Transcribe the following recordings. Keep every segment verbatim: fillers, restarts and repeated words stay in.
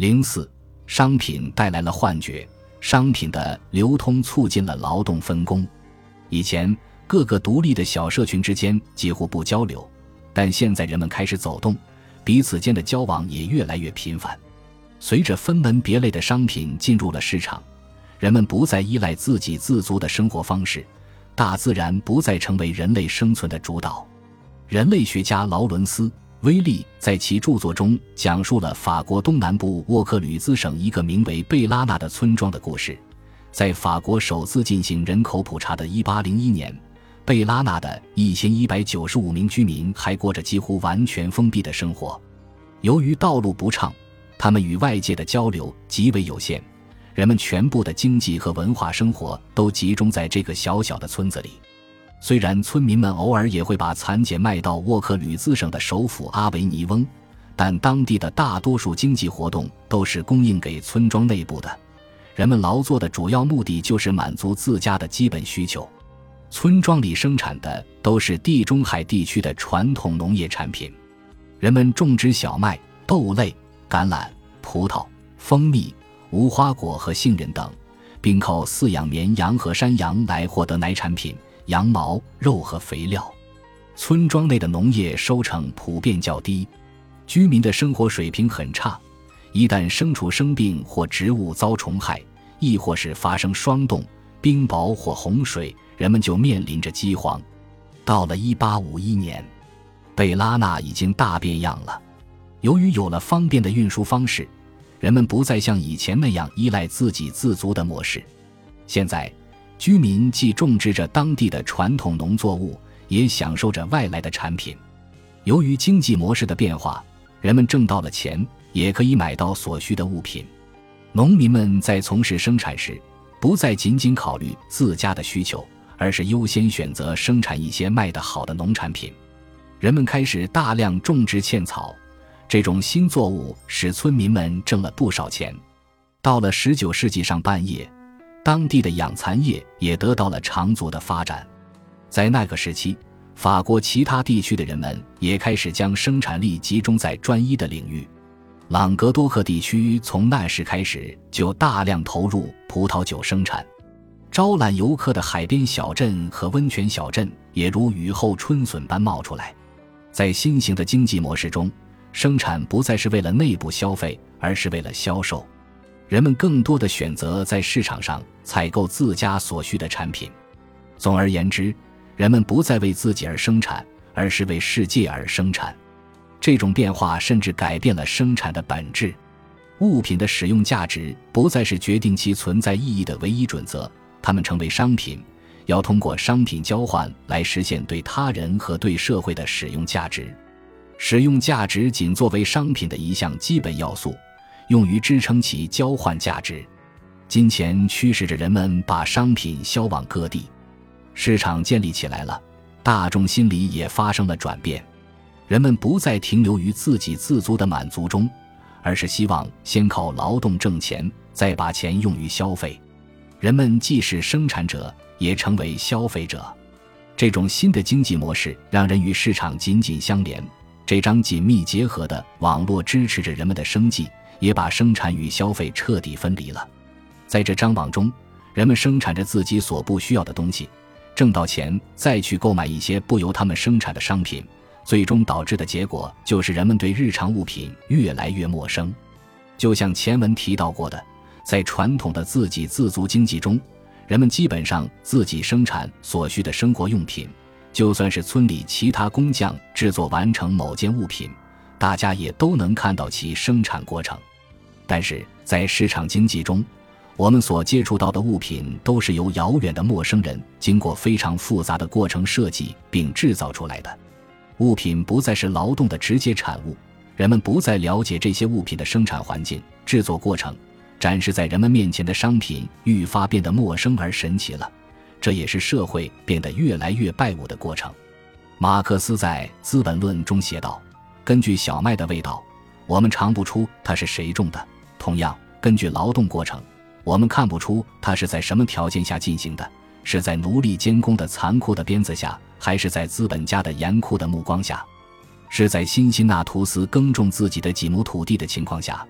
零四商品带来了幻觉，商品的流通促进了劳动分工。以前各个独立的小社群之间几乎不交流，但现在人们开始走动，彼此间的交往也越来越频繁。随着分门别类的商品进入了市场，人们不再依赖自给自足的生活方式，大自然不再成为人类生存的主导。人类学家劳伦斯·威利在其著作中讲述了法国东南部沃克吕兹省一个名为贝拉纳的村庄的故事。在法国首次进行人口普查的一八零一年，贝拉纳的一千一百九十五名居民还过着几乎完全封闭的生活。由于道路不畅，他们与外界的交流极为有限，人们全部的经济和文化生活都集中在这个小小的村子里。虽然村民们偶尔也会把蚕茧卖到沃克吕兹省的首府阿维尼翁，但当地的大多数经济活动都是供应给村庄内部的。人们劳作的主要目的就是满足自家的基本需求。村庄里生产的都是地中海地区的传统农业产品，人们种植小麦、豆类、橄榄、葡萄、蜂蜜、无花果和杏仁等，并靠饲养绵羊和山羊来获得奶产品、羊毛、肉和肥料。村庄内的农业收成普遍较低，居民的生活水平很差，一旦牲畜生病或植物遭虫害，亦或是发生霜冻、冰雹或洪水，人们就面临着饥荒。到了一八五一年，贝拉纳已经大变样了。由于有了方便的运输方式，人们不再像以前那样依赖自给自足的模式。现在居民既种植着当地的传统农作物，也享受着外来的产品。由于经济模式的变化，人们挣到了钱，也可以买到所需的物品。农民们在从事生产时，不再仅仅考虑自家的需求，而是优先选择生产一些卖得好的农产品。人们开始大量种植茜草，这种新作物使村民们挣了不少钱。到了十九世纪上半叶，当地的养蚕业也得到了长足的发展。在那个时期，法国其他地区的人们也开始将生产力集中在专一的领域。朗格多克地区从那时开始就大量投入葡萄酒生产，招揽游客的海边小镇和温泉小镇也如雨后春笋般冒出来。在新型的经济模式中，生产不再是为了内部消费，而是为了销售。人们更多的选择在市场上采购自家所需的产品。总而言之，人们不再为自己而生产，而是为世界而生产。这种变化甚至改变了生产的本质。物品的使用价值不再是决定其存在意义的唯一准则，它们成为商品，要通过商品交换来实现对他人和对社会的使用价值。使用价值仅作为商品的一项基本要素，用于支撑其交换价值。金钱驱使着人们把商品销往各地，市场建立起来了，大众心理也发生了转变。人们不再停留于自给自足的满足中，而是希望先靠劳动挣钱，再把钱用于消费。人们既是生产者，也成为消费者。这种新的经济模式让人与市场紧紧相连，这张紧密结合的网络支持着人们的生计，也把生产与消费彻底分离了。在这张网中，人们生产着自己所不需要的东西，挣到钱再去购买一些不由他们生产的商品，最终导致的结果就是人们对日常物品越来越陌生。就像前文提到过的，在传统的自给自足经济中，人们基本上自己生产所需的生活用品，就算是村里其他工匠制作完成某件物品，大家也都能看到其生产过程。但是在市场经济中，我们所接触到的物品都是由遥远的陌生人经过非常复杂的过程设计并制造出来的。物品不再是劳动的直接产物，人们不再了解这些物品的生产环境、制作过程，展示在人们面前的商品愈发变得陌生而神奇了。这也是社会变得越来越败物的过程。马克思在《资本论》中写道，根据小麦的味道，我们尝不出它是谁种的。同样，根据劳动过程，我们看不出它是在什么条件下进行的，是在奴隶监工的残酷的鞭子下，还是在资本家的严酷的目光下？是在辛辛那图斯耕种自己的几亩土地的情况下，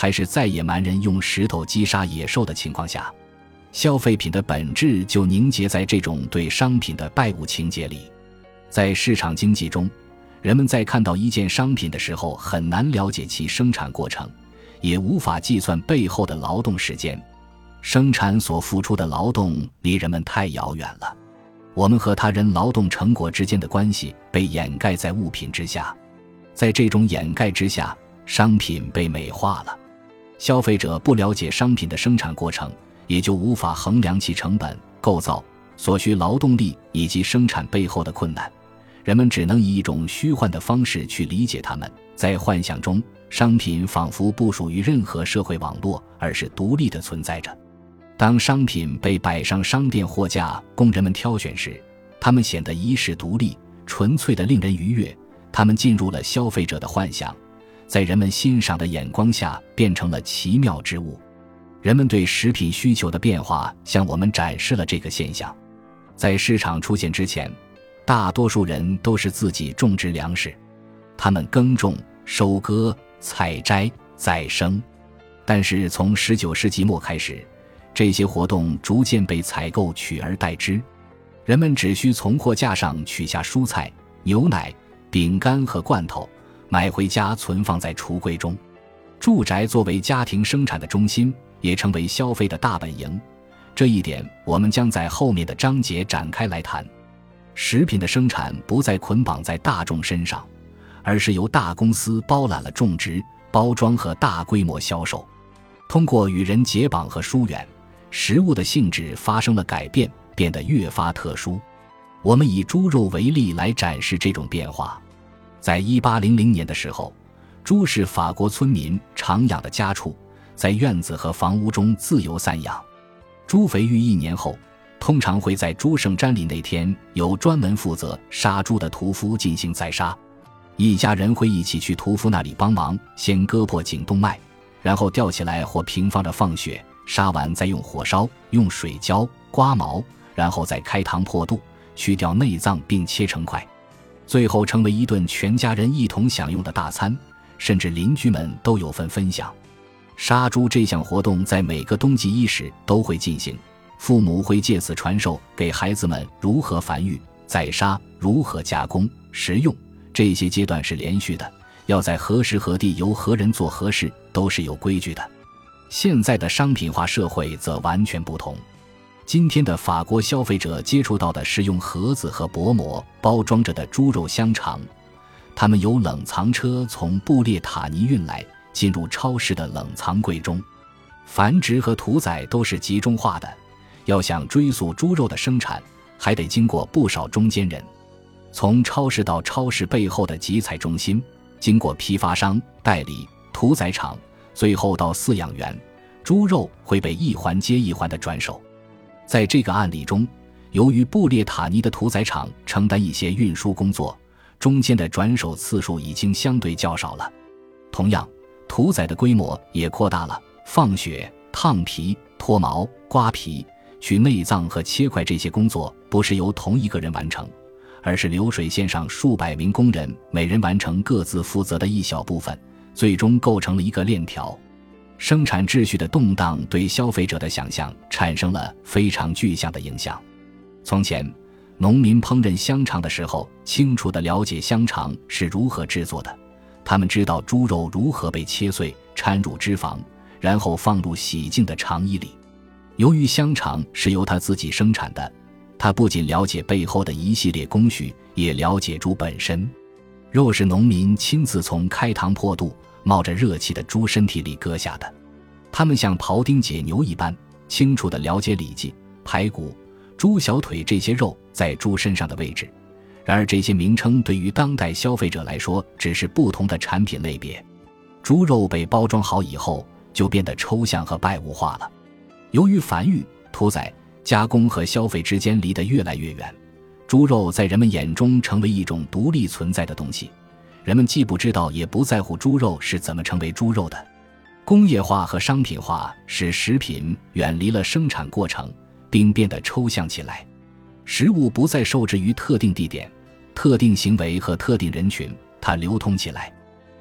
还是在野蛮人用石头击杀野兽的情况下，消费品的本质就凝结在这种对商品的拜物情结里。在市场经济中，人们在看到一件商品的时候很难了解其生产过程，也无法计算背后的劳动时间。生产所付出的劳动离人们太遥远了，我们和他人劳动成果之间的关系被掩盖在物品之下。在这种掩盖之下，商品被美化了。消费者不了解商品的生产过程，也就无法衡量其成本、构造、所需劳动力以及生产背后的困难。人们只能以一种虚幻的方式去理解它们，在幻想中，商品仿佛不属于任何社会网络，而是独立地存在着。当商品被摆上商店货架供人们挑选时，它们显得遗世独立，纯粹的令人愉悦。它们进入了消费者的幻想，在人们欣赏的眼光下变成了奇妙之物。人们对食品需求的变化向我们展示了这个现象。在市场出现之前，大多数人都是自己种植粮食，他们耕种、收割、采摘、再生。但是从十九世纪末开始，这些活动逐渐被采购取而代之。人们只需从货架上取下蔬菜、牛奶、饼干和罐头，买回家存放在橱柜中。住宅作为家庭生产的中心，也成为消费的大本营。这一点我们将在后面的章节展开来谈。食品的生产不再捆绑在大众身上，而是由大公司包揽了种植、包装和大规模销售。通过与人结绑和疏远，食物的性质发生了改变，变得越发特殊。我们以猪肉为例来展示这种变化。在一八零零年的时候，猪是法国村民常养的家畜，在院子和房屋中自由散养。猪肥育一年后，通常会在猪圣瞻礼那天由专门负责杀猪的屠夫进行宰杀。一家人会一起去屠夫那里帮忙，先割破颈动脉，然后吊起来或平放着放血，杀完再用火烧，用水浇、刮毛，然后再开膛破肚，去掉内脏并切成块，最后成为一顿全家人一同享用的大餐，甚至邻居们都有份分享。杀猪这项活动在每个冬季伊始都会进行，父母会借此传授给孩子们如何繁育、宰杀、如何加工、食用，这些阶段是连续的，要在何时何地由何人做何事都是有规矩的。现在的商品化社会则完全不同。今天的法国消费者接触到的是用盒子和薄膜包装着的猪肉香肠，它们由冷藏车从布列塔尼运来，进入超市的冷藏柜中。繁殖和屠宰都是集中化的，要想追溯猪肉的生产，还得经过不少中间人。从超市到超市背后的集采中心，经过批发商、代理、屠宰场，最后到饲养员，猪肉会被一环接一环的转手。在这个案例中，由于布列塔尼的屠宰场承担一些运输工作，中间的转手次数已经相对较少了。同样，屠宰的规模也扩大了，放血、烫皮、脱毛、刮皮、取内脏和切块这些工作不是由同一个人完成，而是流水线上数百名工人，每人完成各自负责的一小部分，最终构成了一个链条。生产秩序的动荡对消费者的想象产生了非常具象的影响。从前，农民烹饪香肠的时候，清楚地了解香肠是如何制作的，他们知道猪肉如何被切碎，掺入脂肪，然后放入洗净的肠衣里。由于香肠是由他自己生产的，他不仅了解背后的一系列工序，也了解猪本身。肉是农民亲自从开膛破肚、冒着热气的猪身体里割下的，他们像庖丁解牛一般，清楚地了解里脊、排骨、猪小腿这些肉在猪身上的位置。然而这些名称对于当代消费者来说只是不同的产品类别。猪肉被包装好以后就变得抽象和败物化了。由于繁育、屠宰、加工和消费之间离得越来越远，猪肉在人们眼中成为一种独立存在的东西，人们既不知道也不在乎猪肉是怎么成为猪肉的。工业化和商品化使食品远离了生产过程，并变得抽象起来。食物不再受制于特定地点、特定行为和特定人群，它流通起来。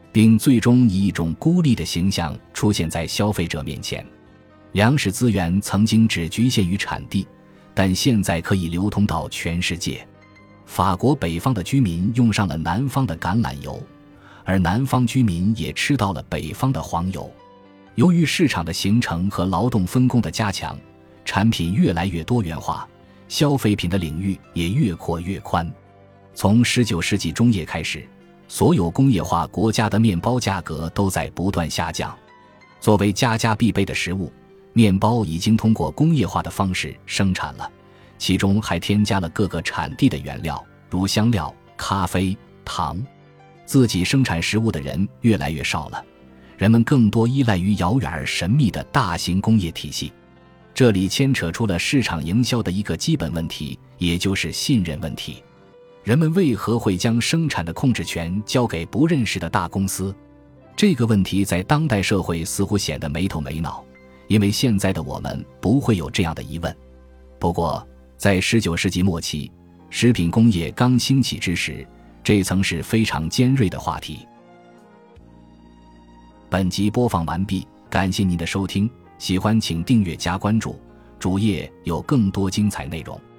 并最终以一种孤立的形象出现在消费者面前。粮食资源曾经只局限于产地，但现在可以流通到全世界。法国北方的居民用上了南方的橄榄油，而南方居民也吃到了北方的黄油。由于市场的形成和劳动分工的加强，产品越来越多元化，消费品的领域也越扩越宽。从十九世纪中叶开始，所有工业化国家的面包价格都在不断下降。作为家家必备的食物，面包已经通过工业化的方式生产了，其中还添加了各个产地的原料，如香料、咖啡、糖。自己生产食物的人越来越少了，人们更多依赖于遥远而神秘的大型工业体系。这里牵扯出了市场营销的一个基本问题，也就是信任问题。人们为何会将生产的控制权交给不认识的大公司？这个问题在当代社会似乎显得没头没脑，因为现在的我们不会有这样的疑问。不过，在十九世纪末期，食品工业刚兴起之时，这曾是非常尖锐的话题。本集播放完毕，感谢您的收听，喜欢请订阅加关注，主页有更多精彩内容。